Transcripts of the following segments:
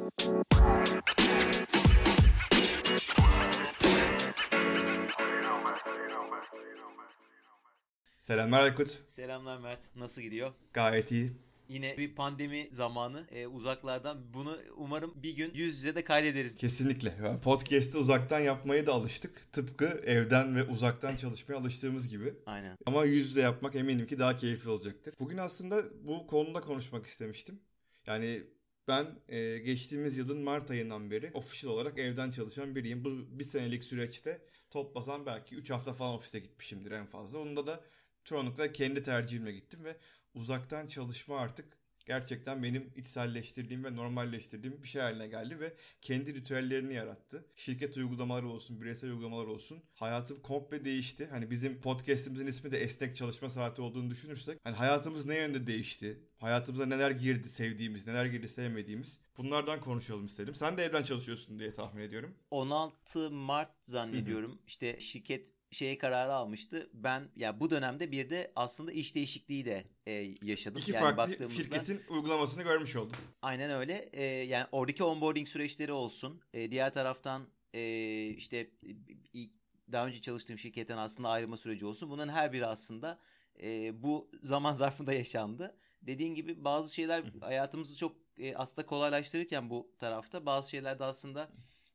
Selamlar Aykut. Selamlar Mert. Nasıl gidiyor? Gayet iyi. Yine bir pandemi zamanı uzaklardan bunu umarım bir gün yüz yüze de kaydederiz. Kesinlikle. Yani podcast'ı uzaktan yapmaya da alıştık. Tıpkı evden ve uzaktan çalışmaya alıştığımız gibi. Aynen. Ama yüz yüze yapmak eminim ki daha keyifli olacaktır. Bugün aslında bu konuda konuşmak istemiştim. Yani ben geçtiğimiz yılın Mart ayından beri official olarak evden çalışan biriyim. Bu bir senelik süreçte toplasan belki 3 hafta falan ofise gitmişimdir en fazla. Onda da çoğunlukla kendi tercihimle gittim ve uzaktan çalışma artık gerçekten benim içselleştirdiğim ve normalleştirdiğim bir şey haline geldi ve kendi ritüellerini yarattı. Şirket uygulamaları olsun, bireysel uygulamalar olsun. Hayatım komple değişti. Hani bizim podcast'imizin ismi de esnek çalışma saati olduğunu düşünürsek, hani hayatımız ne yönde değişti? Hayatımıza neler girdi sevdiğimiz, neler girdi sevmediğimiz. Bunlardan konuşalım istedim. Sen de evden çalışıyorsun diye tahmin ediyorum. 16 Mart Hı hı. zannediyorum. İşte şirket kararı almıştı. Ben ya bu dönemde bir de aslında iş değişikliği de yaşadım. İki Yani farklı baktığımızda şirketin uygulamasını görmüş oldum. aynen öyle. Yani oradaki onboarding süreçleri olsun. Diğer taraftan işte ilk daha önce çalıştığım şirketten aslında ayrılma süreci olsun. Bunların her biri aslında bu zaman zarfında yaşandı. Dediğin gibi bazı şeyler Hı hı. hayatımızı çok aslında kolaylaştırırken bu tarafta bazı şeyler de aslında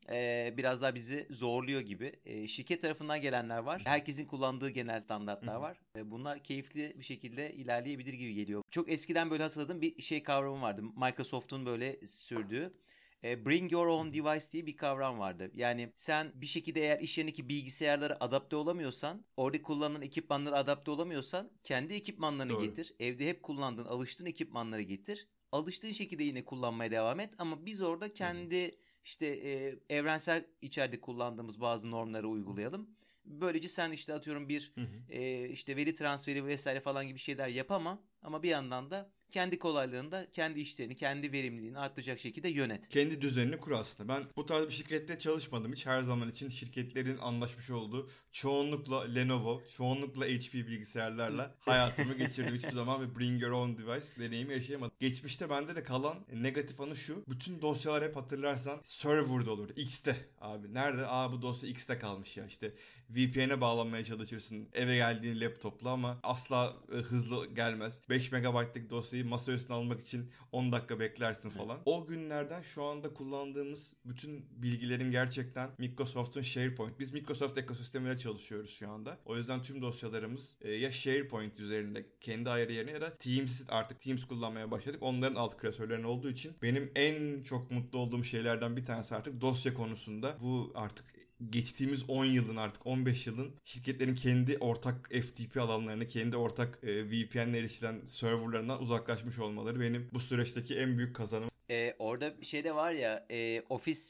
biraz daha bizi zorluyor gibi. Şirket tarafından gelenler var. Herkesin kullandığı genel Hı standartlar hı. var. Bunlar keyifli bir şekilde ilerleyebilir gibi geliyor. Çok eskiden böyle hatırladığım bir kavramı vardı. Microsoft'un böyle sürdüğü. Bring your Hı own hı. device diye bir kavram vardı. Yani sen bir şekilde eğer iş yerindeki bilgisayarlara adapte olamıyorsan, orada kullanılan ekipmanlara adapte olamıyorsan kendi ekipmanlarını Doğru. getir. Evde hep kullandığın, alıştığın ekipmanları getir. Alıştığın şekilde yine kullanmaya devam et ama biz orada Hı hı. kendi işte evrensel içeride kullandığımız bazı normları uygulayalım. Böylece sen işte atıyorum bir Hı hı. işte veri transferi vesaire falan gibi şeyler yapama ama bir yandan da kendi kolaylığında kendi işlerini, kendi verimliliğini arttıracak şekilde yönet. Kendi düzenini kur aslında. Ben bu tarz bir şirkette çalışmadım hiç. Her zaman için şirketlerin anlaşmış olduğu çoğunlukla Lenovo, çoğunlukla HP bilgisayarlarla hayatımı geçirdim. Hiçbir zaman bir bring your own device deneyimi yaşayamadım. Geçmişte bende de kalan negatif anı şu. Bütün dosyalar hep hatırlarsan server'da olur. X'te abi. Nerede? Aa, bu dosya X'te kalmış ya. İşte VPN'e bağlanmaya çalışırsın eve geldiğin laptopla ama asla hızlı gelmez. 5 megabaytlık dosyayı masa üstüne almak için 10 dakika beklersin falan. O günlerden şu anda kullandığımız bütün bilgilerin gerçekten Microsoft'un SharePoint. Biz Microsoft ekosisteminde çalışıyoruz şu anda. O yüzden tüm dosyalarımız ya SharePoint üzerinde kendi ayrı yerine ya da Teams, artık Teams kullanmaya başladık. Onların alt klasörlerinin olduğu için benim en çok mutlu olduğum şeylerden bir tanesi artık dosya konusunda. Bu artık geçtiğimiz 10 yılın, artık 15 yılın şirketlerin kendi ortak FTP alanlarını, kendi ortak VPN'le erişilen serverlarından uzaklaşmış olmaları benim bu süreçteki en büyük kazanım. Orada bir şey de var ya Office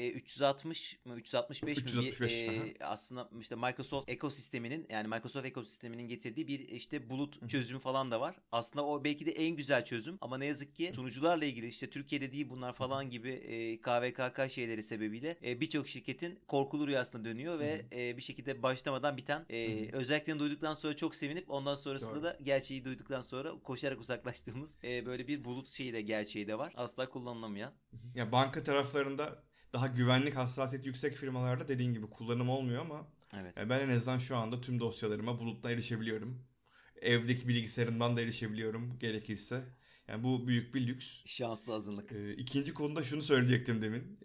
360 mı 365 mi bir 365. Aha. aslında işte Microsoft ekosisteminin yani Microsoft ekosisteminin getirdiği bir işte Hı bulut hı. çözümü falan da var. Aslında o belki de en güzel çözüm ama ne yazık ki sunucularla ilgili işte Türkiye'de değil bunlar Hı hı. falan gibi KVKK şeyleri sebebiyle birçok şirketin korkulu rüyasına dönüyor Hı hı. ve bir şekilde başlamadan biten Hı hı. özelliklerini duyduktan sonra çok sevinip ondan sonrasında Doğru. da gerçeği duyduktan sonra koşarak uzaklaştığımız böyle bir bulut şeyi de gerçeği de var. Asla kullanılamayan. Hı hı. Ya banka taraflarında daha güvenlik hassasiyeti yüksek firmalarda dediğin gibi kullanım olmuyor ama Evet. ben en azından şu anda tüm dosyalarıma buluttan erişebiliyorum. Evdeki bilgisayarımdan da erişebiliyorum gerekirse. Yani bu büyük bir lüks. Şanslı azınlık. İkinci konuda şunu söyleyecektim demin.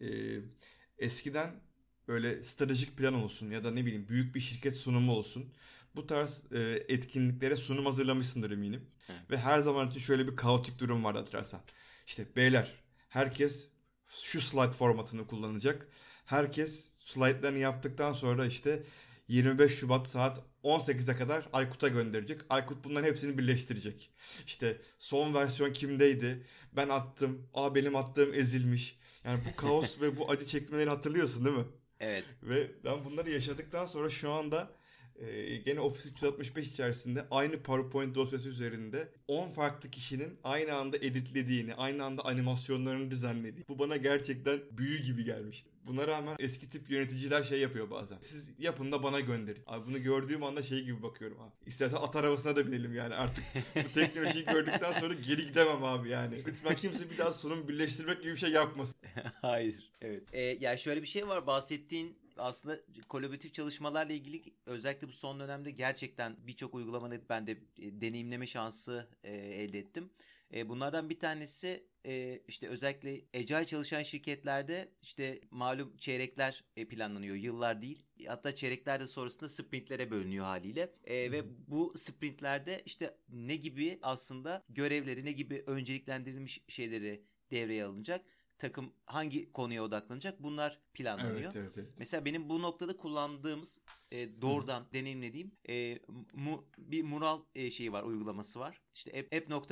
Eskiden böyle stratejik plan olsun ya da ne bileyim büyük bir şirket sunumu olsun. Bu tarz etkinliklere sunum hazırlamışsındır eminim. Evet. Ve her zaman için şöyle bir kaotik durum vardı hatırlarsan. İşte beyler, herkes şu slide formatını kullanacak. Herkes slaytlarını yaptıktan sonra işte 25 Şubat saat 18'e kadar Aykut'a gönderecek. Aykut bunların hepsini birleştirecek. İşte son versiyon kimdeydi? Ben attım. Aa, benim attığım ezilmiş. Yani bu kaos ve bu acı çekmeleri hatırlıyorsun değil mi? Evet. Ve ben bunları yaşadıktan sonra şu anda Gene Office 365 içerisinde aynı PowerPoint dosyası üzerinde 10 farklı kişinin aynı anda editlediğini, aynı anda animasyonlarını düzenlediği. Bu bana gerçekten büyü gibi gelmişti. Buna rağmen eski tip yöneticiler şey yapıyor bazen. Siz yapın da bana gönderin. Abi bunu gördüğüm anda şey gibi bakıyorum abi. İstersen at arabasına da binelim yani artık. Bu teknolojiyi gördükten sonra geri gidemem abi yani. Lütfen kimse bir daha sunum birleştirmek gibi bir şey yapmasın. Hayır. Evet. Ya şöyle bir şey var. Bahsettiğin aslında kolaboratif çalışmalarla ilgili özellikle bu son dönemde gerçekten birçok uygulamanı ben de deneyimleme şansı elde ettim. Bunlardan bir tanesi işte özellikle agile çalışan şirketlerde işte malum çeyrekler planlanıyor. Yıllar değil. Hatta çeyrekler de sonrasında sprintlere bölünüyor haliyle. Ve bu sprintlerde işte ne gibi aslında görevleri, ne gibi önceliklendirilmiş şeyleri devreye alınacak, takım hangi konuya odaklanacak, bunlar planlanıyor. Evet, evet, evet. Mesela benim bu noktada kullandığımız doğrudan deneyimlediğim bir mural şeyi var, uygulaması var. İşte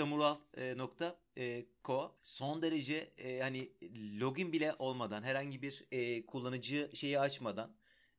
app.mural.co son derece hani login bile olmadan, herhangi bir kullanıcı şeyi açmadan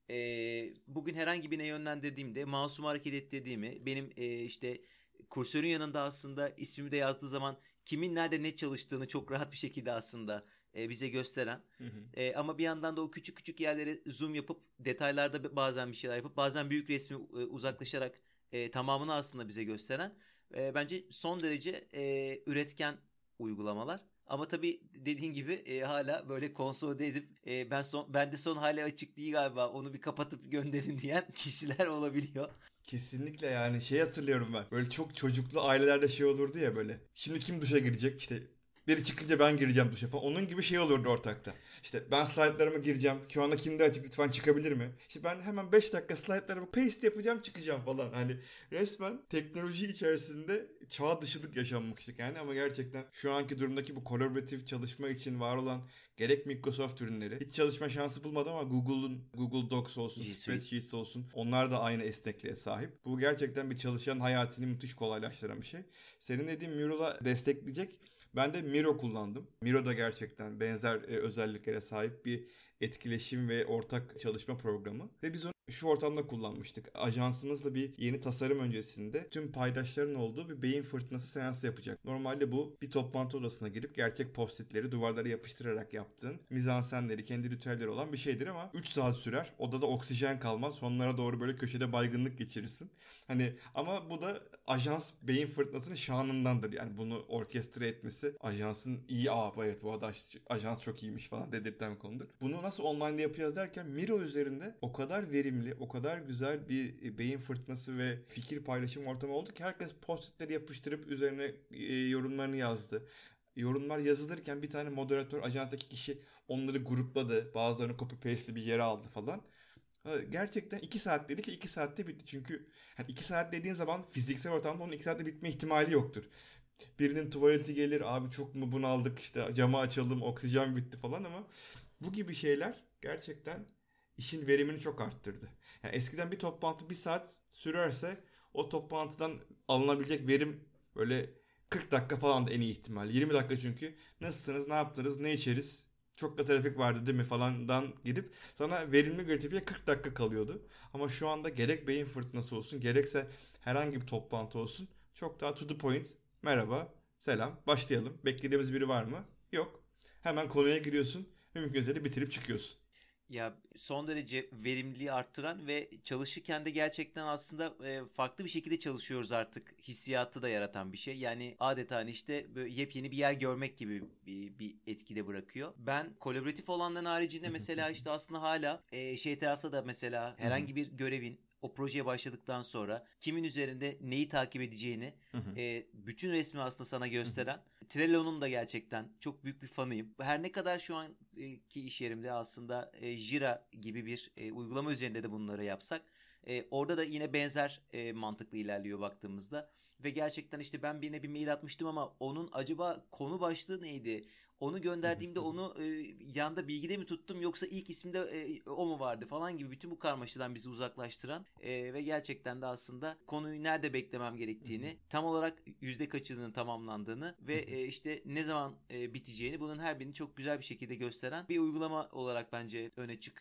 bugün herhangi birine yönlendirdiğimde, mouse'umu hareket ettirdiğimi, benim işte kursörün yanında aslında ismimi de yazdığı zaman kimin nerede ne çalıştığını çok rahat bir şekilde aslında bize gösteren, ama bir yandan da o küçük küçük yerlere zoom yapıp detaylarda bazen bir şeyler yapıp bazen büyük resmi uzaklaşarak tamamını aslında bize gösteren bence son derece üretken uygulamalar. Ama tabii dediğin gibi hala böyle konsolide edip bende son hala açık değil galiba, onu bir kapatıp gönderin diyen kişiler olabiliyor. Kesinlikle yani şey hatırlıyorum ben. Böyle çok çocuklu ailelerde şey olurdu ya böyle. Şimdi kim duşa girecek? İşte biri çıkınca ben gireceğim duşa falan. Onun gibi şey olurdu ortakta. İşte ben slaytlarıma gireceğim. Şu anda kimde açık, lütfen çıkabilir mi? İşte ben hemen 5 dakika slaytlarımı paste yapacağım, çıkacağım falan. Hani resmen teknoloji içerisinde çağ dışılık yaşanmıştık yani, ama gerçekten şu anki durumdaki bu kolaboratif çalışma için var olan gerek Microsoft ürünleri, hiç çalışma şansı bulmadım ama Google Docs olsun, G Suite. Spreadsheet olsun, onlar da aynı esnekliğe sahip. Bu gerçekten bir çalışan hayatını müthiş kolaylaştıran bir şey. Senin dediğin Mural'a destekleyecek. Ben de Miro kullandım. Miro da gerçekten benzer özelliklere sahip bir etkileşim ve ortak çalışma programı. Ve biz onu şu ortamda kullanmıştık. Ajansımızla bir yeni tasarım öncesinde tüm paydaşların olduğu bir beyin fırtınası seansı yapacak. Normalde bu bir toplantı odasına girip gerçek post-itleri duvarlara yapıştırarak yaptığın mizansenleri, kendi ritüelleri olan bir şeydir ama 3 saat sürer. Odada oksijen kalmaz. Sonlara doğru böyle köşede baygınlık geçirirsin. Hani ama bu da ajans beyin fırtınasının şanındandır. Yani bunu orkestre etmesi ajansın iyi, evet bu ajans çok iyiymiş falan dedirten konudur. Bunu nasıl online'da yapacağız derken Miro üzerinde o kadar verimli, o kadar güzel bir beyin fırtınası ve fikir paylaşım ortamı oldu ki herkes post-itleri yapıştırıp üzerine yorumlarını yazdı. Yorumlar yazılırken bir tane moderatör, ajanstaki kişi onları grupladı. Bazılarını copy paste'li bir yere aldı falan. Gerçekten 2 saat dedik ki 2 saatte bitti. Çünkü hani 2 saat dediğin zaman fiziksel ortamda onun 2 saatte bitme ihtimali yoktur. Birinin tuvaleti gelir, abi çok mu bunaldık, işte camı açalım, oksijen bitti falan, ama bu gibi şeyler gerçekten işin verimini çok arttırdı. Yani eskiden bir toplantı bir saat sürerse o toplantıdan alınabilecek verim böyle 40 dakika falan da en iyi ihtimal. 20 dakika çünkü nasılsınız, ne yaptınız, ne içeriz, çok da trafik vardı değil mi falandan gidip sana verimli grafiğe 40 dakika kalıyordu. Ama şu anda gerek beyin fırtınası olsun gerekse herhangi bir toplantı olsun çok daha to the point. Merhaba, selam, başlayalım. Beklediğimiz biri var mı? Yok. Hemen konuya giriyorsun. Mümkünse bitirip çıkıyorsun. Ya son derece verimliliği arttıran ve çalışırken de gerçekten aslında farklı bir şekilde çalışıyoruz artık hissiyatı da yaratan bir şey. Yani adeta hani işte böyle yepyeni bir yer görmek gibi bir etkide bırakıyor. Ben kolaboratif olanların haricinde mesela işte aslında hala şey tarafta da mesela herhangi bir görevin o projeye başladıktan sonra kimin üzerinde neyi takip edeceğini bütün resmi aslında sana gösteren Trello'nun da gerçekten çok büyük bir fanıyım. Her ne kadar şu anki iş yerimde aslında Jira gibi bir uygulama üzerinde de bunları yapsak, orada da yine benzer mantıklı ilerliyor baktığımızda. Ve gerçekten işte ben birine bir mail atmıştım ama onun acaba konu başlığı neydi? Onu gönderdiğimde onu yanda bilgide mi tuttum yoksa ilk isimde o mu vardı falan gibi bütün bu karmaşadan bizi uzaklaştıran ve gerçekten de aslında konuyu nerede beklemem gerektiğini, tam olarak yüzde kaçının tamamlandığını ve işte ne zaman biteceğini, bunun her birini çok güzel bir şekilde gösteren bir uygulama olarak bence öne çıkıyor.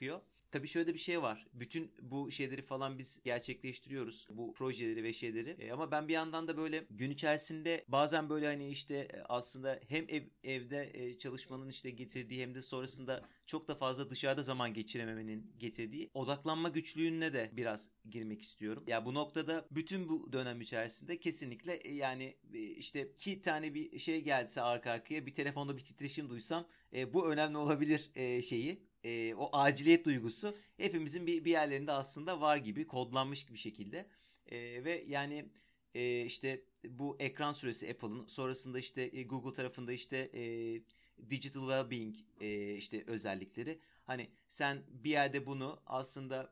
Tabii şöyle bir şey var. Bütün bu şeyleri falan biz gerçekleştiriyoruz. Bu projeleri ve şeyleri. Ama ben bir yandan da böyle gün içerisinde bazen böyle hani işte aslında hem evde çalışmanın işte getirdiği hem de sonrasında çok da fazla dışarıda zaman geçirememenin getirdiği odaklanma güçlüğüne de biraz girmek istiyorum. Ya bu noktada bütün bu dönem içerisinde kesinlikle yani işte iki tane bir şey gelse arka arkaya bir telefonda bir titreşim duysam bu önemli olabilir şeyi. O aciliyet duygusu hepimizin bir yerlerinde aslında var gibi kodlanmış bir şekilde. Ve yani işte bu ekran süresi Apple'ın sonrasında işte Google tarafında işte digital well-being işte özellikleri. Hani sen bir yerde bunu aslında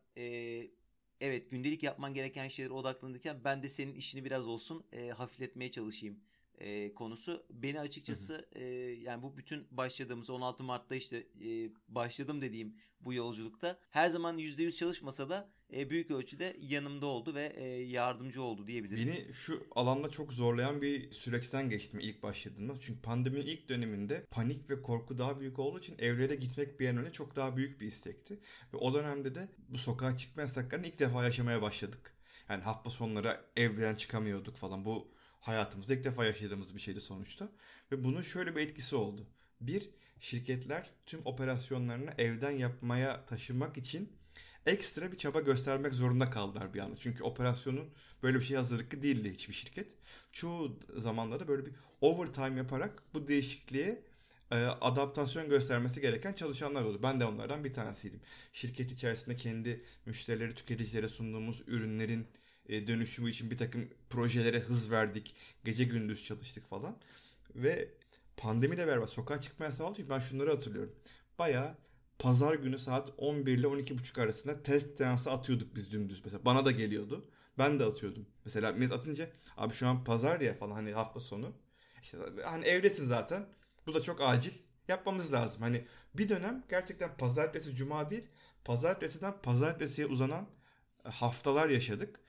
evet gündelik yapman gereken şeylere odaklanırken ben de senin işini biraz olsun hafifletmeye çalışayım konusu beni Hı hı. açıkçası yani bu bütün başladığımız 16 Mart'ta işte başladım dediğim bu yolculukta her zaman %100 çalışmasa da büyük ölçüde yanımda oldu ve yardımcı oldu diyebilirim. Beni şu alanda çok zorlayan bir süreçten geçtim ilk başladığımda. Çünkü pandeminin ilk döneminde panik ve korku daha büyük olduğu için evlere gitmek bir an önce çok daha büyük bir istekti. Ve o dönemde de bu sokağa çıkma yasaklarını ilk defa yaşamaya başladık. Yani hafta sonları evden çıkamıyorduk falan. Bu hayatımızda ilk defa yaşadığımız bir şeydi sonuçta. Ve bunun şöyle bir etkisi oldu. Bir, şirketler tüm operasyonlarını evden yapmaya taşımak için ekstra bir çaba göstermek zorunda kaldılar bir anda. Çünkü operasyonun böyle bir şey hazırlıklı değildi hiçbir şirket. Çoğu zamanlarda böyle bir overtime yaparak bu değişikliğe adaptasyon göstermesi gereken çalışanlar oldu. Ben de onlardan bir tanesiydim. Şirket içerisinde kendi müşterileri, tüketicilere sunduğumuz ürünlerin dönüşümü için bir takım projelere hız verdik. Gece gündüz çalıştık falan. Ve pandemiyle beraber sokağa çıkma yasağı olduğu için ben şunları hatırlıyorum. Bayağı pazar günü saat 11 ile 12.30 arasında test seansı atıyorduk biz dümdüz. Mesela bana da geliyordu. Ben de atıyordum. Mesela millet atınca abi şu an pazar ya falan hani hafta sonu. İşte hani evdesin zaten. Bu da çok acil. Yapmamız lazım. Hani bir dönem gerçekten pazartesi cuma değil, pazartesiden pazartesiye uzanan haftalar yaşadık.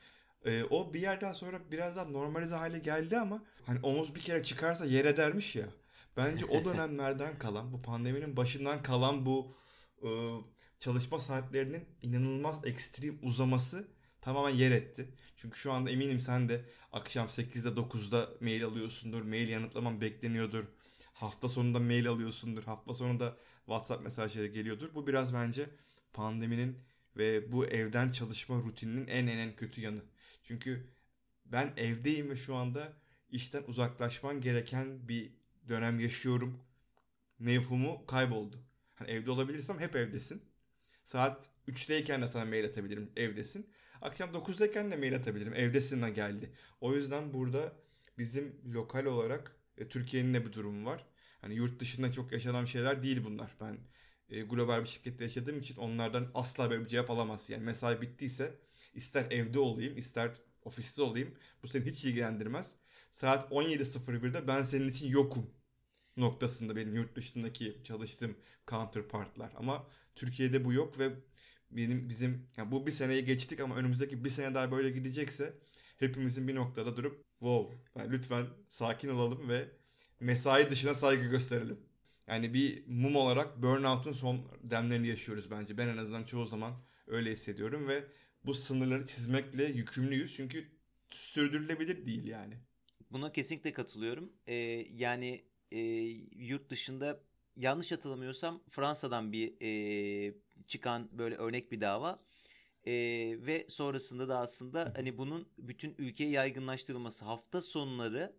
O bir yerden sonra biraz daha normalize hale geldi ama hani omuz bir kere çıkarsa yere dermiş ya. Bence o dönemlerden kalan, bu pandeminin başından kalan bu e, çalışma saatlerinin inanılmaz ekstrem uzaması tamamen yer etti. Çünkü şu anda eminim sen de akşam 8'de 9'da mail alıyorsundur. Mail yanıtlaman bekleniyordur. Hafta sonunda mail alıyorsundur. Hafta sonunda WhatsApp mesajları geliyordur. Bu biraz bence pandeminin ve bu evden çalışma rutininin en kötü yanı. Çünkü ben evdeyim ve şu anda işten uzaklaşman gereken bir dönem yaşıyorum. Mevhumu kayboldu. Hani evde olabilirsem hep evdesin. Saat 3'teyken de sana mail atabilirim, evdesin. Akşam 9'dayken de mail atabilirim, evdesin geldi. O yüzden burada bizim lokal olarak Türkiye'nin de bir durumu var. Hani yurt dışında çok yaşanan şeyler değil bunlar. Ben global bir şirkette yaşadığım için onlardan asla böyle bir cevap alamazsın. Yani mesai bittiyse ister evde olayım, ister ofiste olayım. Bu seni hiç ilgilendirmez. Saat 17.01'de ben senin için yokum noktasında benim yurt dışındaki çalıştığım counterpartlar. Ama Türkiye'de bu yok ve bizim yani bu bir seneyi geçtik ama önümüzdeki bir sene daha böyle gidecekse hepimizin bir noktada durup wow yani lütfen sakin olalım ve mesai dışına saygı gösterelim. Yani bir mum olarak burnout'un son demlerini yaşıyoruz bence. Ben en azından çoğu zaman öyle hissediyorum ve bu sınırları çizmekle yükümlüyüz çünkü sürdürülebilir değil yani. Buna kesinlikle katılıyorum. Yani e, yurt dışında yanlış hatırlamıyorsam Fransa'dan bir çıkan böyle örnek bir dava. Ve sonrasında da aslında hani bunun bütün ülkeye yaygınlaştırılması hafta sonları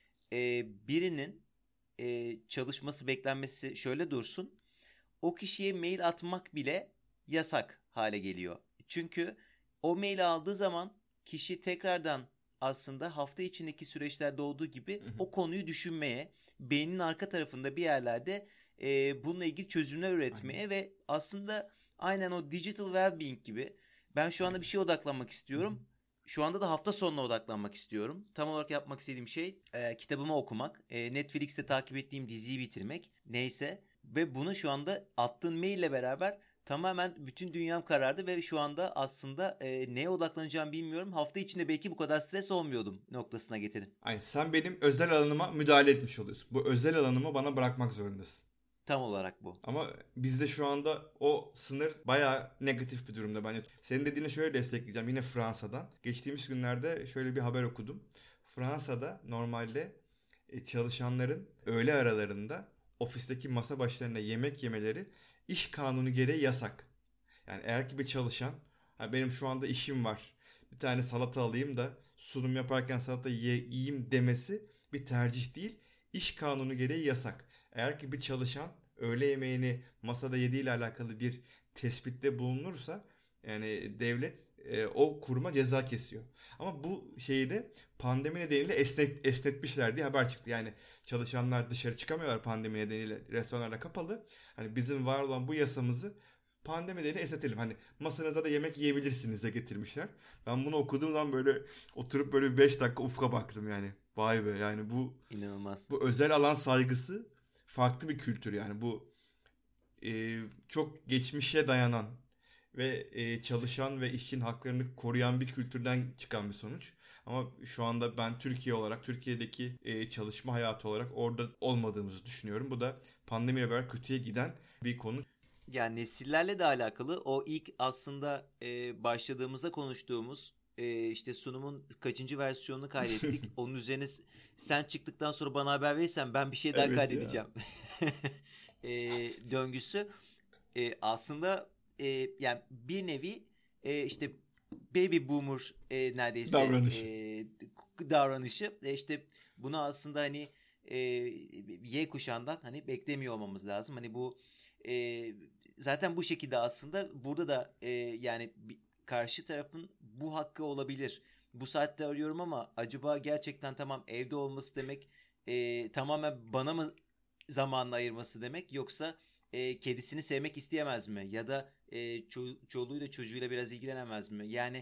birinin çalışması beklenmesi şöyle dursun. O kişiye mail atmak bile yasak hale geliyor. Çünkü o maili aldığı zaman kişi tekrardan aslında hafta içindeki süreçlerde olduğu gibi o konuyu düşünmeye, beynin arka tarafında bir yerlerde bununla ilgili çözümler Aynen. üretmeye ve aslında aynen o digital well-being gibi ben şu anda bir Aynen. şeye odaklanmak istiyorum. Şu anda da hafta sonuna odaklanmak istiyorum. Tam olarak yapmak istediğim şey kitabımı okumak, Netflix'te takip ettiğim diziyi bitirmek, neyse. Ve bunu şu anda attığın maille beraber tamamen bütün dünyam karardı ve şu anda aslında neye odaklanacağımı bilmiyorum. Hafta içinde belki bu kadar stres olmuyordum noktasına getirin. Aynen. Sen benim özel alanıma müdahale etmiş oluyorsun. Bu özel alanımı bana bırakmak zorundasın. Tam olarak bu. Ama bizde şu anda o sınır bayağı negatif bir durumda bence. Senin dediğini şöyle destekleyeceğim yine Fransa'dan. Geçtiğimiz günlerde şöyle bir haber okudum. Fransa'da normalde çalışanların öğle aralarında ofisteki masa başlarında yemek yemeleri iş kanunu gereği yasak. Yani eğer ki bir çalışan, "Ha, benim şu anda işim var, bir tane salata alayım da sunum yaparken salata yiyeyim" demesi bir tercih değil. İş kanunu gereği yasak. Eğer ki bir çalışan öğle yemeğini masada yediği ile alakalı bir tespitte bulunursa yani devlet o kuruma ceza kesiyor. Ama bu şeyi de pandemi nedeniyle esnetmişler diye haber çıktı. Yani çalışanlar dışarı çıkamıyorlar pandemi nedeniyle, restoranlar kapalı. Hani bizim var olan bu yasamızı pandemi nedeniyle esnetelim. Hani masanıza da yemek yiyebilirsiniz de getirmişler. Ben bunu okuduğum zaman böyle oturup böyle bir 5 dakika ufka baktım yani. Vay be, yani İnanılmaz. bu özel alan saygısı farklı bir kültür yani. Bu çok geçmişe dayanan ve çalışan ve işçinin haklarını koruyan bir kültürden çıkan bir sonuç. Ama şu anda ben Türkiye olarak, Türkiye'deki çalışma hayatı olarak orada olmadığımızı düşünüyorum. Bu da pandemiyle beraber kötüye giden bir konu. Yani nesillerle de alakalı. O ilk aslında başladığımızda konuştuğumuz işte sunumun kaçıncı versiyonunu kaydettik. Onun üzerine sen çıktıktan sonra bana haber verirsen ben bir şey daha Evet ya. kaydedeceğim. E, döngüsü. Aslında yani bir nevi işte baby boomer neredeyse Davranış. davranışı. İşte bunu aslında hani e, Y kuşağından hani beklemiyor olmamız lazım. Hani bu e, zaten bu şekilde aslında burada da yani karşı tarafın bu hakkı olabilir. Bu saatte arıyorum ama acaba gerçekten tamam evde olması demek tamamen bana mı zamanını ayırması demek, yoksa kedisini sevmek isteyemez mi? Ya da çoluğuyla çocuğuyla biraz ilgilenemez mi? Yani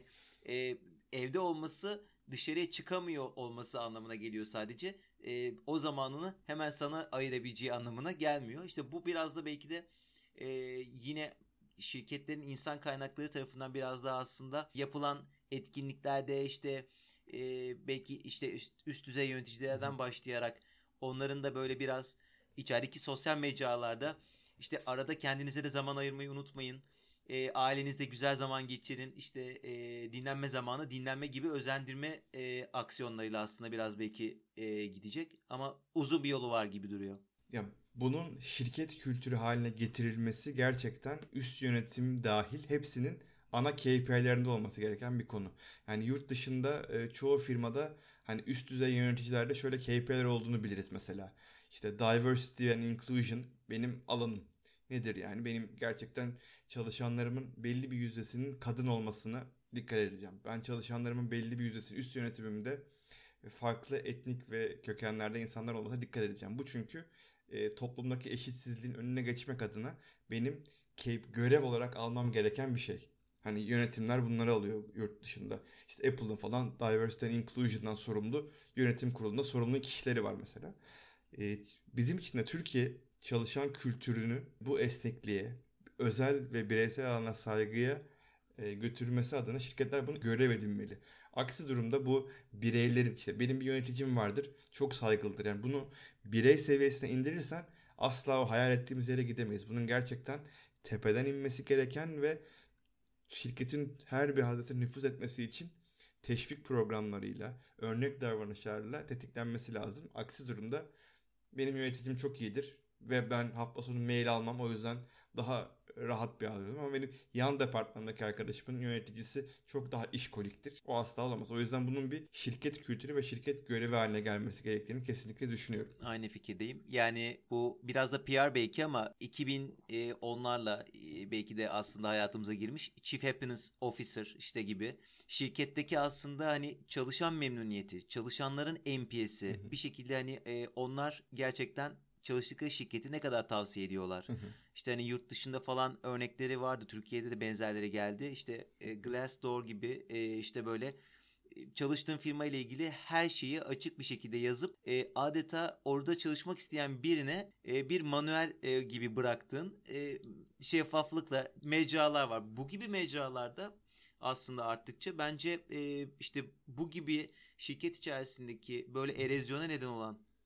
evde olması dışarıya çıkamıyor olması anlamına geliyor sadece. O zamanını hemen sana ayırabileceği anlamına gelmiyor. İşte bu biraz da belki de e, yine şirketlerin insan kaynakları tarafından biraz daha aslında yapılan etkinliklerde işte belki işte üst düzey Hı hı. yöneticilerden başlayarak onların da böyle biraz içerideki sosyal mecralarda işte arada kendinize de zaman ayırmayı unutmayın. Ailenizde güzel zaman geçirin. İşte dinlenme zamanı, dinlenme gibi özendirme aksiyonlarıyla aslında biraz belki gidecek. Ama uzun bir yolu var gibi duruyor. Ya bunun şirket kültürü haline getirilmesi gerçekten üst yönetim dahil hepsinin ana KPI'lerinde olması gereken bir konu. Yani yurt dışında çoğu firmada hani üst düzey yöneticilerde şöyle KPI'ler olduğunu biliriz mesela. İşte diversity and inclusion benim alanım. Nedir yani? Benim gerçekten çalışanlarımın belli bir yüzdesinin kadın olmasına dikkat edeceğim. Ben çalışanlarımın belli bir yüzdesinin üst yönetimimde farklı etnik ve kökenlerde insanlar olmasına dikkat edeceğim. Bu çünkü toplumdaki eşitsizliğin önüne geçmek adına benim görev olarak almam gereken bir şey. Hani yönetimler bunları alıyor yurt dışında. İşte Apple'ın falan Diversity and Inclusion'dan sorumlu yönetim kurulunda sorumlu kişileri var mesela. Bizim için de Türkiye çalışan kültürünü bu esnekliğe, özel ve bireysel alana saygıya götürmesi adına şirketler bunu görev edinmeli. Aksi durumda bu bireylerin, işte benim bir yöneticim vardır, çok saygılıdır. Yani bunu birey seviyesine indirirsen asla o hayal ettiğimiz yere gidemeyiz. Bunun gerçekten tepeden inmesi gereken ve şirketin her bir hadise nüfuz etmesi için teşvik programlarıyla, örnek davranışlarla tetiklenmesi lazım. Aksi durumda benim yöneticim çok iyidir ve ben hafta sonu mail almam, o yüzden daha rahat bir alıyorum. Ama benim yan departmandaki arkadaşımın yöneticisi çok daha işkoliktir. O asla olamaz. O yüzden bunun bir şirket kültürü ve şirket görevi haline gelmesi gerektiğini kesinlikle düşünüyorum. Aynı fikirdeyim. Yani bu biraz da PR belki ama 2010'larla belki de aslında hayatımıza girmiş Chief Happiness Officer işte gibi şirketteki aslında hani çalışan memnuniyeti, çalışanların Hı NPS'i hı, bir şekilde hani onlar gerçekten çalıştıkları şirketi ne kadar tavsiye ediyorlar. hı hı, İşte hani yurt dışında falan örnekleri vardı. Türkiye'de de benzerleri geldi. İşte Glassdoor gibi işte böyle çalıştığın firma ile ilgili her şeyi açık bir şekilde yazıp adeta orada çalışmak isteyen birine bir manuel gibi bıraktığın şeffaflıkla mecralar var. Bu gibi mecralarda aslında arttıkça bence işte bu gibi şirket içerisindeki böyle erozyona neden olan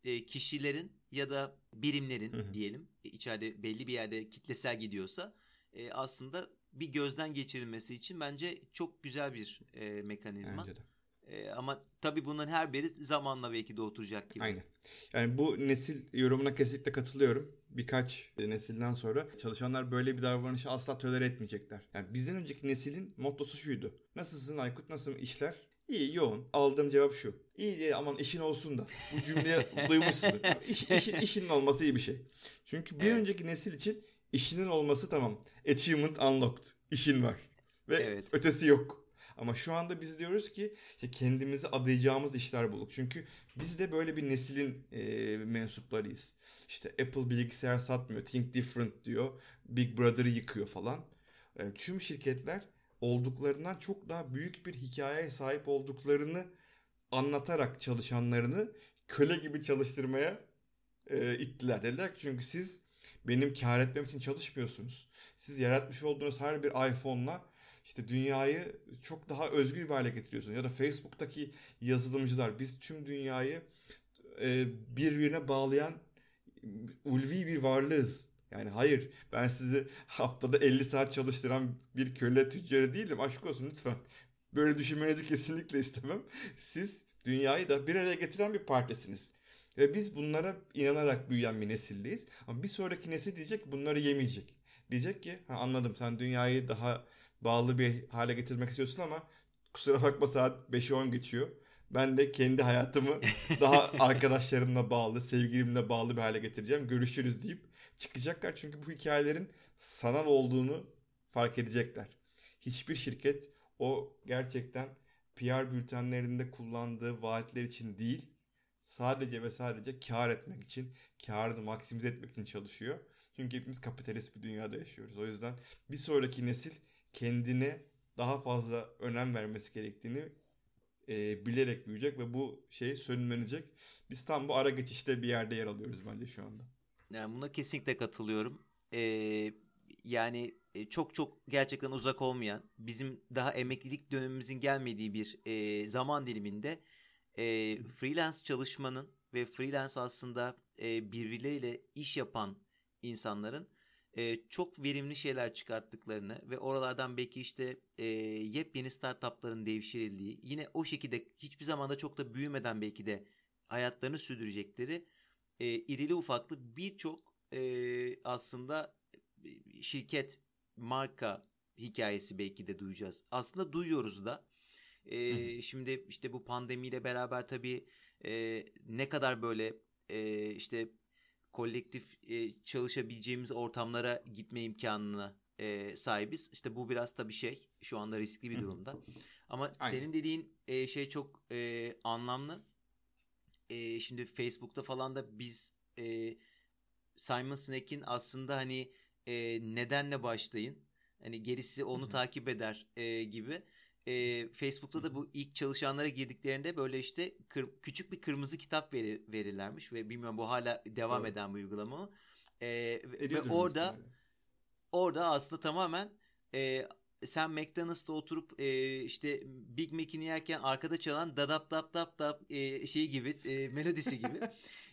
kişilerin ya da birimlerin diyelim içeride belli bir yerde kitlesel gidiyorsa aslında bir gözden geçirilmesi için bence çok güzel bir mekanizma. Bence de. Ama tabii bunların her biri zamanla belki de oturacak gibi. Aynen. Yani bu nesil yorumuna kesinlikle katılıyorum. Birkaç nesilden sonra çalışanlar böyle bir davranışı asla tolere etmeyecekler. Yani bizden önceki neslin mottosu şuydu: nasılsın Aykut, nasıl işler? İyi, yoğun. Aldığım cevap şu: İyi diye aman işin olsun da. Bu cümleyi duymuşsundur. İşinin olması iyi bir şey. Çünkü bir Evet. önceki nesil için işinin olması tamam. Achievement unlocked. İşin var. Ve Evet. ötesi yok. Ama şu anda biz diyoruz ki işte kendimizi adayacağımız işler bulduk. Çünkü biz de böyle bir neslin mensuplarıyız. İşte Apple bilgisayar satmıyor, Think Different diyor, Big Brother'ı yıkıyor falan. Tüm şirketler olduklarından çok daha büyük bir hikayeye sahip olduklarını anlatarak çalışanlarını köle gibi çalıştırmaya ittiler. Dediler ki çünkü siz benim kar etmem için çalışmıyorsunuz. Siz yaratmış olduğunuz her bir iPhone'la işte dünyayı çok daha özgür bir hale getiriyorsunuz. Ya da Facebook'taki yazılımcılar, biz tüm dünyayı birbirine bağlayan ulvi bir varlığız. Yani hayır, ben sizi haftada 50 saat çalıştıran bir köle tüccarı değilim. Aşk olsun lütfen. Böyle düşünmenizi kesinlikle istemem. Siz dünyayı da bir araya getiren bir partisiniz. Ve biz bunlara inanarak büyüyen bir nesildeyiz. Ama bir sonraki nesil diyecek ki bunları yemeyecek. Diyecek ki ha, anladım, sen dünyayı daha bağlı bir hale getirmek istiyorsun ama kusura bakma, saat 5'i 10 geçiyor. Ben de kendi hayatımı daha arkadaşlarımla bağlı, sevgilimle bağlı bir hale getireceğim. Görüşürüz deyip çıkacaklar. Çünkü bu hikayelerin sanal olduğunu fark edecekler. Hiçbir şirket o gerçekten PR bültenlerinde kullandığı vaatler için değil, sadece ve sadece kar etmek için, karını maksimize etmek için çalışıyor. Çünkü hepimiz kapitalist bir dünyada yaşıyoruz. O yüzden bir sonraki nesil kendine daha fazla önem vermesi gerektiğini bilerek büyüyecek ve bu şey sönümlenecek. Biz tam bu ara geçişte bir yerde yer alıyoruz bence şu anda. Yani buna kesinlikle katılıyorum. Yani çok çok gerçekten uzak olmayan, bizim daha emeklilik dönemimizin gelmediği bir zaman diliminde freelance çalışmanın ve freelance aslında birbirleriyle iş yapan insanların çok verimli şeyler çıkarttıklarını ve oralardan belki işte yepyeni startupların devşirildiği, yine o şekilde hiçbir zamanda çok da büyümeden belki de hayatlarını sürdürecekleri irili ufaklı birçok aslında şirket, marka hikayesi belki de duyacağız. Aslında duyuyoruz da. Şimdi işte bu pandemiyle beraber tabii ne kadar böyle işte kolektif çalışabileceğimiz ortamlara gitme imkanına sahibiz. İşte bu biraz tabii şey, şu anda riskli bir durumda. Ama Aynen. senin dediğin şey çok anlamlı. Şimdi Facebook'ta falan da biz Simon Sinek'in aslında hani nedenle başlayın, hani gerisi onu takip eder gibi. Facebook'ta da bu ilk çalışanlara girdiklerinde böyle işte küçük bir kırmızı kitap verirlermiş ve bilmiyorum bu hala devam Doğru. eden bir uygulama mı? Ve Ediyordur büyük orada ihtimalle. aslında tamamen e, sen McDonald's'ta oturup işte Big Mac'ini yerken arkada çalan dadap dap dap dap şeyi gibi melodisi gibi.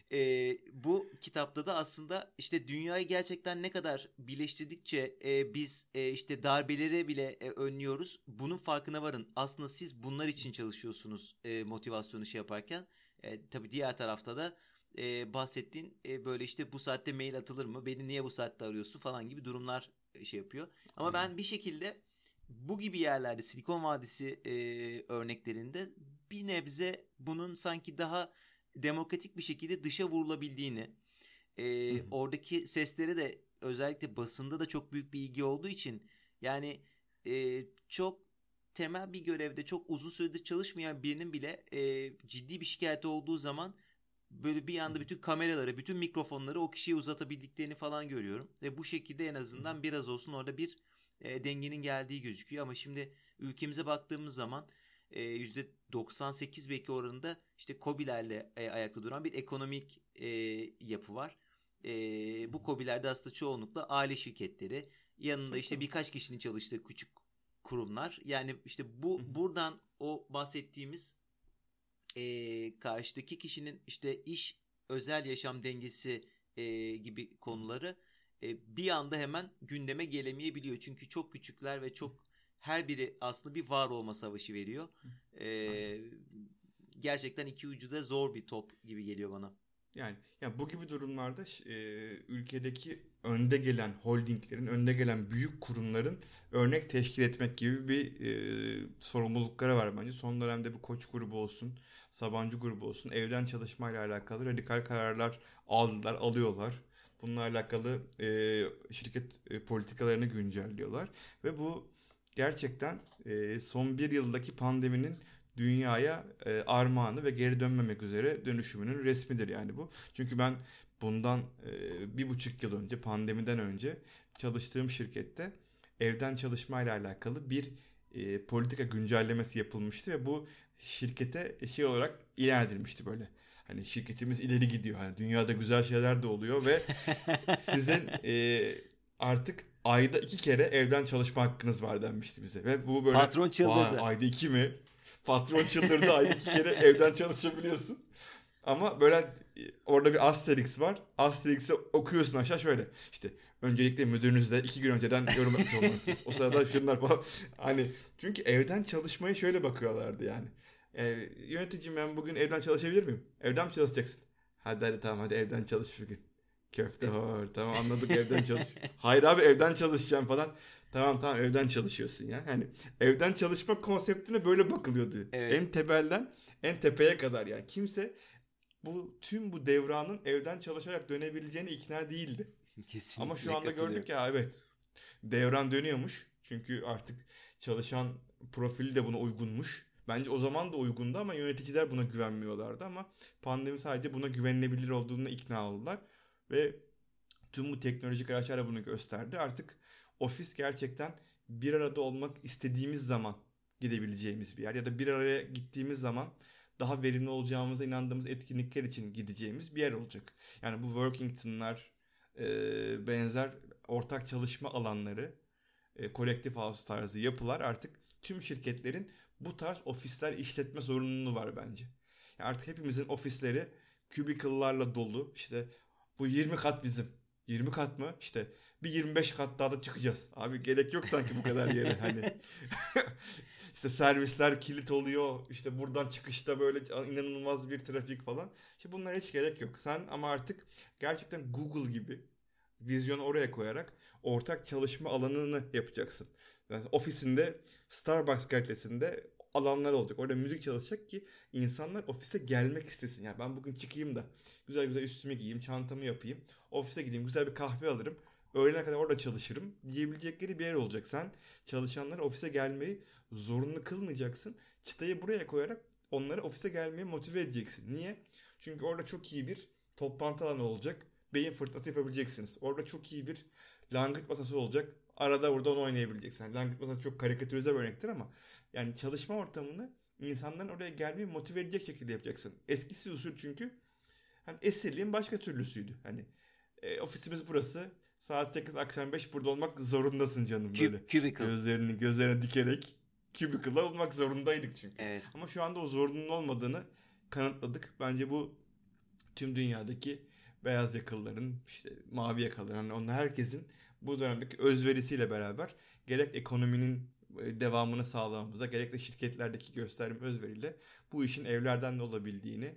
Bu kitapta da aslında işte dünyayı gerçekten ne kadar birleştirdikçe biz işte darbeleri bile önlüyoruz. Bunun farkına varın. Aslında siz bunlar için çalışıyorsunuz motivasyonu şey yaparken. Tabii diğer tarafta da bahsettiğin böyle işte bu saatte mail atılır mı? Beni niye bu saatte arıyorsun falan gibi durumlar şey yapıyor. Ama Aynen. ben bir şekilde bu gibi yerlerde Silikon Vadisi örneklerinde bir nebze bunun sanki daha demokratik bir şekilde dışa vurulabildiğini, oradaki seslere de özellikle basında da çok büyük bir ilgi olduğu için yani çok temel bir görevde çok uzun süredir çalışmayan birinin bile ciddi bir şikayeti olduğu zaman böyle bir anda bütün kameraları, bütün mikrofonları o kişiye uzatabildiklerini falan görüyorum. Ve bu şekilde en azından biraz olsun orada bir dengenin geldiği gözüküyor. Ama şimdi ülkemize baktığımız zaman %98 belki oranında işte KOBİ'lerle ayakta duran bir ekonomik yapı var. Bu KOBİ'lerde aslında çoğunlukla aile şirketleri, yanında Tabii işte tabii. birkaç kişinin çalıştığı küçük kurumlar. Yani işte buradan o bahsettiğimiz karşıdaki kişinin işte iş özel yaşam dengesi gibi konuları bir anda hemen gündeme gelemeyebiliyor. Çünkü çok küçükler ve çok her biri aslında bir var olma savaşı veriyor. E, Gerçekten iki ucu da zor bir top gibi geliyor bana. Yani ya bu gibi durumlarda ülkedeki önde gelen holdinglerin, önde gelen büyük kurumların örnek teşkil etmek gibi bir sorumlulukları var bence. Son dönemde bu Koç grubu olsun, Sabancı grubu olsun evden çalışmayla alakalı radikal kararlar aldılar, alıyorlar. Bununla alakalı şirket politikalarını güncelliyorlar ve bu gerçekten son bir yıldaki pandeminin dünyaya armağanı ve geri dönmemek üzere dönüşümünün resmidir yani bu. Çünkü ben bundan 1,5 yıl önce, pandemiden önce çalıştığım şirkette evden çalışmayla alakalı bir politika güncellemesi yapılmıştı ve bu şirkete şey olarak ilan edilmişti böyle. Hani şirketimiz ileri gidiyor. Hani dünyada güzel şeyler de oluyor ve sizin artık ayda 2 kere evden çalışma hakkınız var denmişti bize. Ve bu böyle Patron vay çıldırdı. ayda 2 mi? Patron çıldırdı ayda 2 kere evden çalışabiliyorsun. Ama böyle orada bir Asterix var. Asterix'i okuyorsun aşağı şöyle. İşte öncelikle müdürünüzle 2 gün önceden yorum yapmış olmalısınız. O sırada şunlar falan. Hani çünkü evden çalışmayı şöyle bakıyorlardı yani. Yöneticim ben bugün evden çalışabilir miyim? Evden mi çalışacaksın? Hadi tamam hadi evden çalış bugün. Köfte hor tamam anladık evden çalış. Hayır abi evden çalışacağım falan. Tamam evden çalışıyorsun ya. Hani evden çalışma konseptine böyle bakılıyordu. Evet, En tepelden en tepeye kadar yani. Kimse tüm bu devranın evden çalışarak dönebileceğine ikna değildi. Ama şu kesinlikle anda gördük katılıyorum. ya evet. Devran dönüyormuş. Çünkü artık çalışan profili de buna uygunmuş. Bence o zaman da uygundu ama yöneticiler buna güvenmiyorlardı ama pandemi sadece buna güvenilebilir olduğuna ikna oldular ve tüm bu teknolojik araçlar da bunu gösterdi. Artık ofis gerçekten bir arada olmak istediğimiz zaman gidebileceğimiz bir yer ya da bir araya gittiğimiz zaman daha verimli olacağımıza inandığımız etkinlikler için gideceğimiz bir yer olacak. Yani bu Workington'lar benzer ortak çalışma alanları, collective house tarzı yapılar artık tüm şirketlerin bu tarz ofisler işletme zorunluluğu var bence. Yani artık hepimizin ofisleri cubicle'larla dolu. İşte bu 20 kat bizim. 20 kat mı? İşte bir 25 kat daha da çıkacağız. Abi gerek yok sanki bu kadar yere hani. İşte servisler kilit oluyor. İşte buradan çıkışta böyle inanılmaz bir trafik falan. İşte bunlara hiç gerek yok. Sen ama artık gerçekten Google gibi vizyonu oraya koyarak ortak çalışma alanını yapacaksın. Yani ofisinde Starbucks kalitesinde alanlar olacak. Orada müzik çalışacak ki insanlar ofise gelmek istesin. Ya ben bugün çıkayım da güzel güzel üstümü giyeyim, çantamı yapayım. Ofise gideyim, güzel bir kahve alırım. Öğlene kadar orada çalışırım diyebilecekleri bir yer olacak. Sen çalışanları ofise gelmeyi zorunlu kılmayacaksın. Çıtayı buraya koyarak onları ofise gelmeye motive edeceksin. Niye? Çünkü orada çok iyi bir toplantı alanı olacak. Beyin fırtınası yapabileceksiniz. Orada çok iyi bir langırt masası olacak. Arada burada onu oynayabileceksin. Yani langırt masası çok karikatürize bir örnektir ama yani çalışma ortamını insanların oraya gelmeyi motive edecek şekilde yapacaksın. Eskisi usul çünkü hani esirliğin başka türlüsüydü. Hani ofisimiz burası. Saat 8 akşam 5 burada olmak zorundasın canım böyle. Cubicle. Gözlerine dikerek cubicle'da olmak zorundaydık çünkü. Evet. Ama şu anda o zorunluluğun olmadığını kanıtladık. Bence bu tüm dünyadaki beyaz yakalıların, işte mavi yakalıların, hani onlar herkesin bu dönemdeki özverisiyle beraber gerek ekonominin devamını sağlamamıza, gerek de şirketlerdeki gösterdiğim özveriyle bu işin evlerden de olabildiğini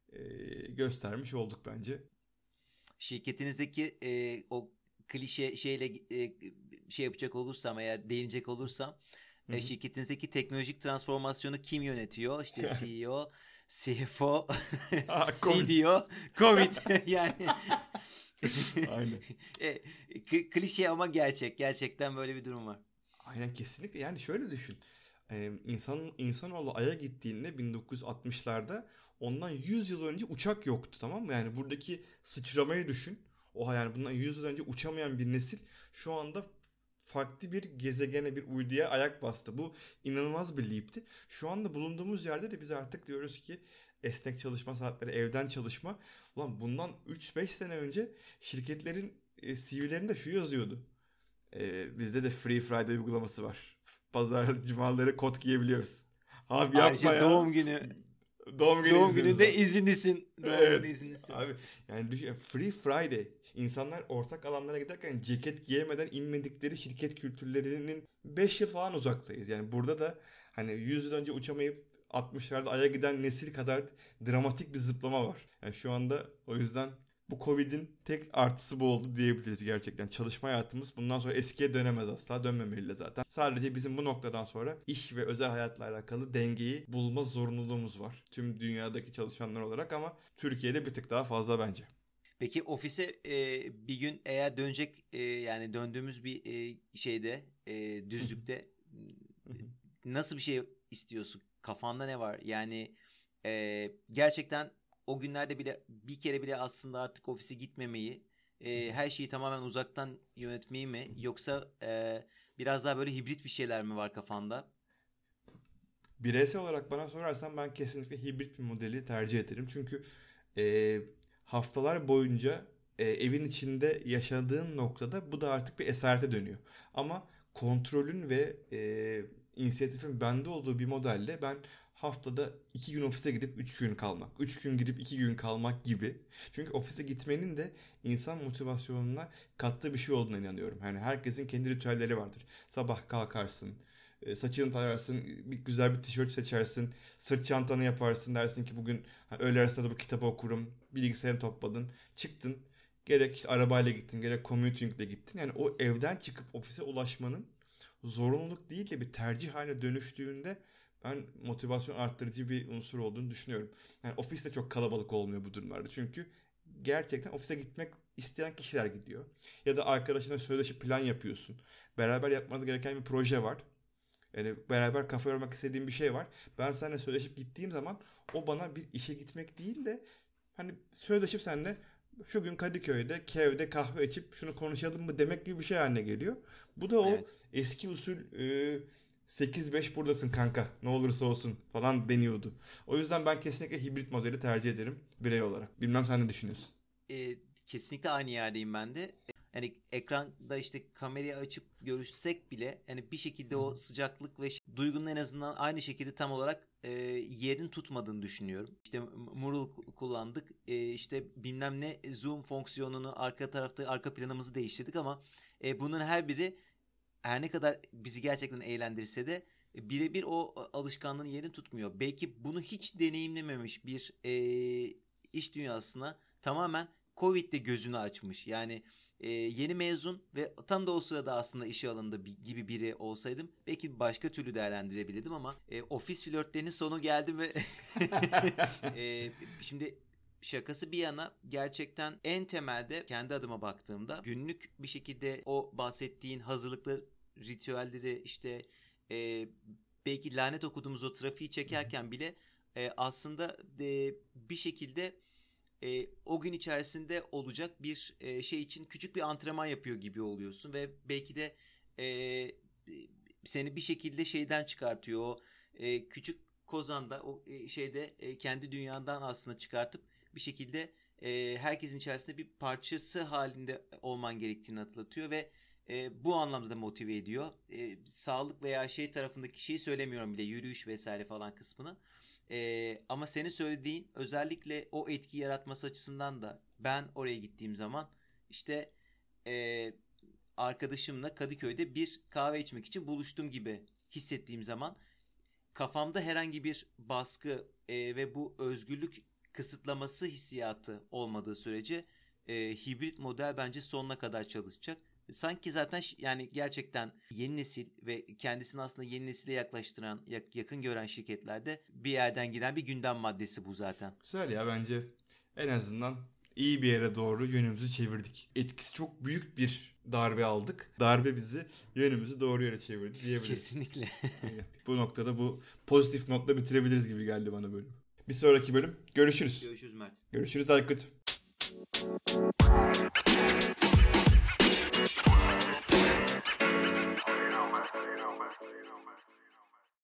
göstermiş olduk bence. Şirketinizdeki o klişe şeyle şey yapacak olursam, eğer değinecek olursam, Hı hı. şirketinizdeki teknolojik transformasyonu kim yönetiyor? İşte CEO, CFO, Covid. CDO, Covid yani Aynen. e, klişe ama gerçek. Gerçekten böyle bir durum var. Aynen kesinlikle. Yani şöyle düşün. İnsanoğlu Ay'a gittiğinde 1960'larda ondan 100 yıl önce uçak yoktu tamam mı? Yani buradaki sıçramayı düşün. Oha yani bundan 100 yıl önce uçamayan bir nesil şu anda farklı bir gezegene, bir uyduya ayak bastı. Bu inanılmaz bir leap'ti. Şu anda bulunduğumuz yerde de biz artık diyoruz ki esnek çalışma saatleri, evden çalışma. Ulan bundan 3-5 sene önce şirketlerin CV'lerinde şu yazıyordu. Bizde de Free Friday uygulaması var. Pazar, cumaları kot giyebiliyoruz. Abi yapma Ayrıca ya. doğum günü. Doğum günü Doğum iznimiz gününde var. izinlisin. Doğum Evet. gününde izinlisin. Abi yani düşün, Free Friday. İnsanlar ortak alanlara giderken ceket giyemeden inmedikleri şirket kültürlerinin 5 yıl falan uzaktayız. Yani burada da hani 100 yıl önce uçamayıp 60'larda Ay'a giden nesil kadar dramatik bir zıplama var. Yani şu anda o yüzden bu Covid'in tek artısı bu oldu diyebiliriz gerçekten. Çalışma hayatımız bundan sonra eskiye dönemez asla. Dönmemeli de zaten. Sadece bizim bu noktadan sonra iş ve özel hayatla alakalı dengeyi bulma zorunluluğumuz var. Tüm dünyadaki çalışanlar olarak ama Türkiye'de bir tık daha fazla bence. Peki ofise bir gün eğer dönecek yani döndüğümüz bir şeyde düzlükte nasıl bir şey istiyorsun? Kafanda ne var? Yani gerçekten o günlerde bile bir kere bile aslında artık ofise gitmemeyi, her şeyi tamamen uzaktan yönetmeyi mi? Yoksa biraz daha böyle hibrit bir şeyler mi var kafanda? Bireysel olarak bana sorarsan ben kesinlikle hibrit bir modeli tercih ederim. Çünkü e, haftalar boyunca evin içinde yaşadığın noktada bu da artık bir esarete dönüyor. Ama kontrolün ve inisiyatifin bende olduğu bir modelle ben haftada 2 gün ofise gidip 3 gün kalmak, 3 gün gidip 2 gün kalmak gibi. Çünkü ofise gitmenin de insan motivasyonuna kattığı bir şey olduğuna inanıyorum. Yani herkesin kendi ritüelleri vardır. Sabah kalkarsın, saçını tararsın, güzel bir tişört seçersin, sırt çantanı yaparsın, dersin ki bugün öğle arasında da bu kitabı okurum, bilgisayarı topladın, çıktın. Gerek işte arabayla gittin, gerek commutingle gittin. Yani o evden çıkıp ofise ulaşmanın zorunluluk değil de bir tercih haline dönüştüğünde ben motivasyon arttırıcı bir unsur olduğunu düşünüyorum. Yani ofis de çok kalabalık olmuyor bu durumlarda. Çünkü gerçekten ofise gitmek isteyen kişiler gidiyor. Ya da arkadaşına söyleşip plan yapıyorsun. Beraber yapmanız gereken bir proje var. Yani beraber kafa yormak istediğim bir şey var. Ben seninle sözleşip gittiğim zaman o bana bir işe gitmek değil de hani sözleşip seninle şu gün Kadıköy'de, Kev'de kahve içip şunu konuşalım mı demek gibi bir şey haline geliyor. Bu da o Evet. eski usul 8-5 buradasın kanka ne olursa olsun falan deniyordu. O yüzden ben kesinlikle hibrit modeli tercih ederim birey olarak. Bilmem sen ne düşünüyorsun? E, Kesinlikle aynı yerdeyim ben de. Hani ekranda işte kamerayı açıp görüşsek bile hani bir şekilde o sıcaklık ve duygunun en azından aynı şekilde tam olarak yerini tutmadığını düşünüyorum. İşte Moodle kullandık. İşte bilmem ne zoom fonksiyonunu arka tarafta arka planımızı değiştirdik ama bunun her biri her ne kadar bizi gerçekten eğlendirse de birebir o alışkanlığın yerini tutmuyor. Belki bunu hiç deneyimlememiş bir iş dünyasına tamamen Covid'de gözünü açmış. Yani yeni mezun ve tam da o sırada aslında işe alındı gibi biri olsaydım belki başka türlü değerlendirebilirdim ama ofis flörtlerinin sonu geldi ve şimdi şakası bir yana gerçekten en temelde kendi adıma baktığımda günlük bir şekilde o bahsettiğin hazırlıkları, ritüelleri işte e, belki lanet okuduğumuz o trafiği çekerken bile aslında bir şekilde o gün içerisinde olacak bir şey için küçük bir antrenman yapıyor gibi oluyorsun ve belki de e, seni bir şekilde şeyden çıkartıyor o küçük kozanda o şeyde kendi dünyandan aslında çıkartıp bir şekilde herkesin içerisinde bir parçası halinde olman gerektiğini hatırlatıyor ve bu anlamda da motive ediyor. Sağlık veya şey tarafındaki şeyi söylemiyorum bile yürüyüş vesaire falan kısmını. Ama senin söylediğin özellikle o etki yaratması açısından da ben oraya gittiğim zaman işte e, arkadaşımla Kadıköy'de bir kahve içmek için buluştum gibi hissettiğim zaman kafamda herhangi bir baskı ve bu özgürlük kısıtlaması hissiyatı olmadığı sürece hibrit model bence sonuna kadar çalışacak. Sanki zaten yani gerçekten yeni nesil ve kendisini aslında yeni nesile yaklaştıran, yakın gören şirketlerde bir yerden giren bir gündem maddesi bu zaten. Güzel ya bence en azından iyi bir yere doğru yönümüzü çevirdik. Etkisi çok büyük bir darbe aldık. Darbe bizi yönümüzü doğru yere çevirdi diyebiliriz. Kesinlikle. Aynen. Bu noktada bu pozitif notla bitirebiliriz gibi geldi bana bölüm. Bir sonraki bölüm görüşürüz. Görüşürüz Mert. Görüşürüz Aykut.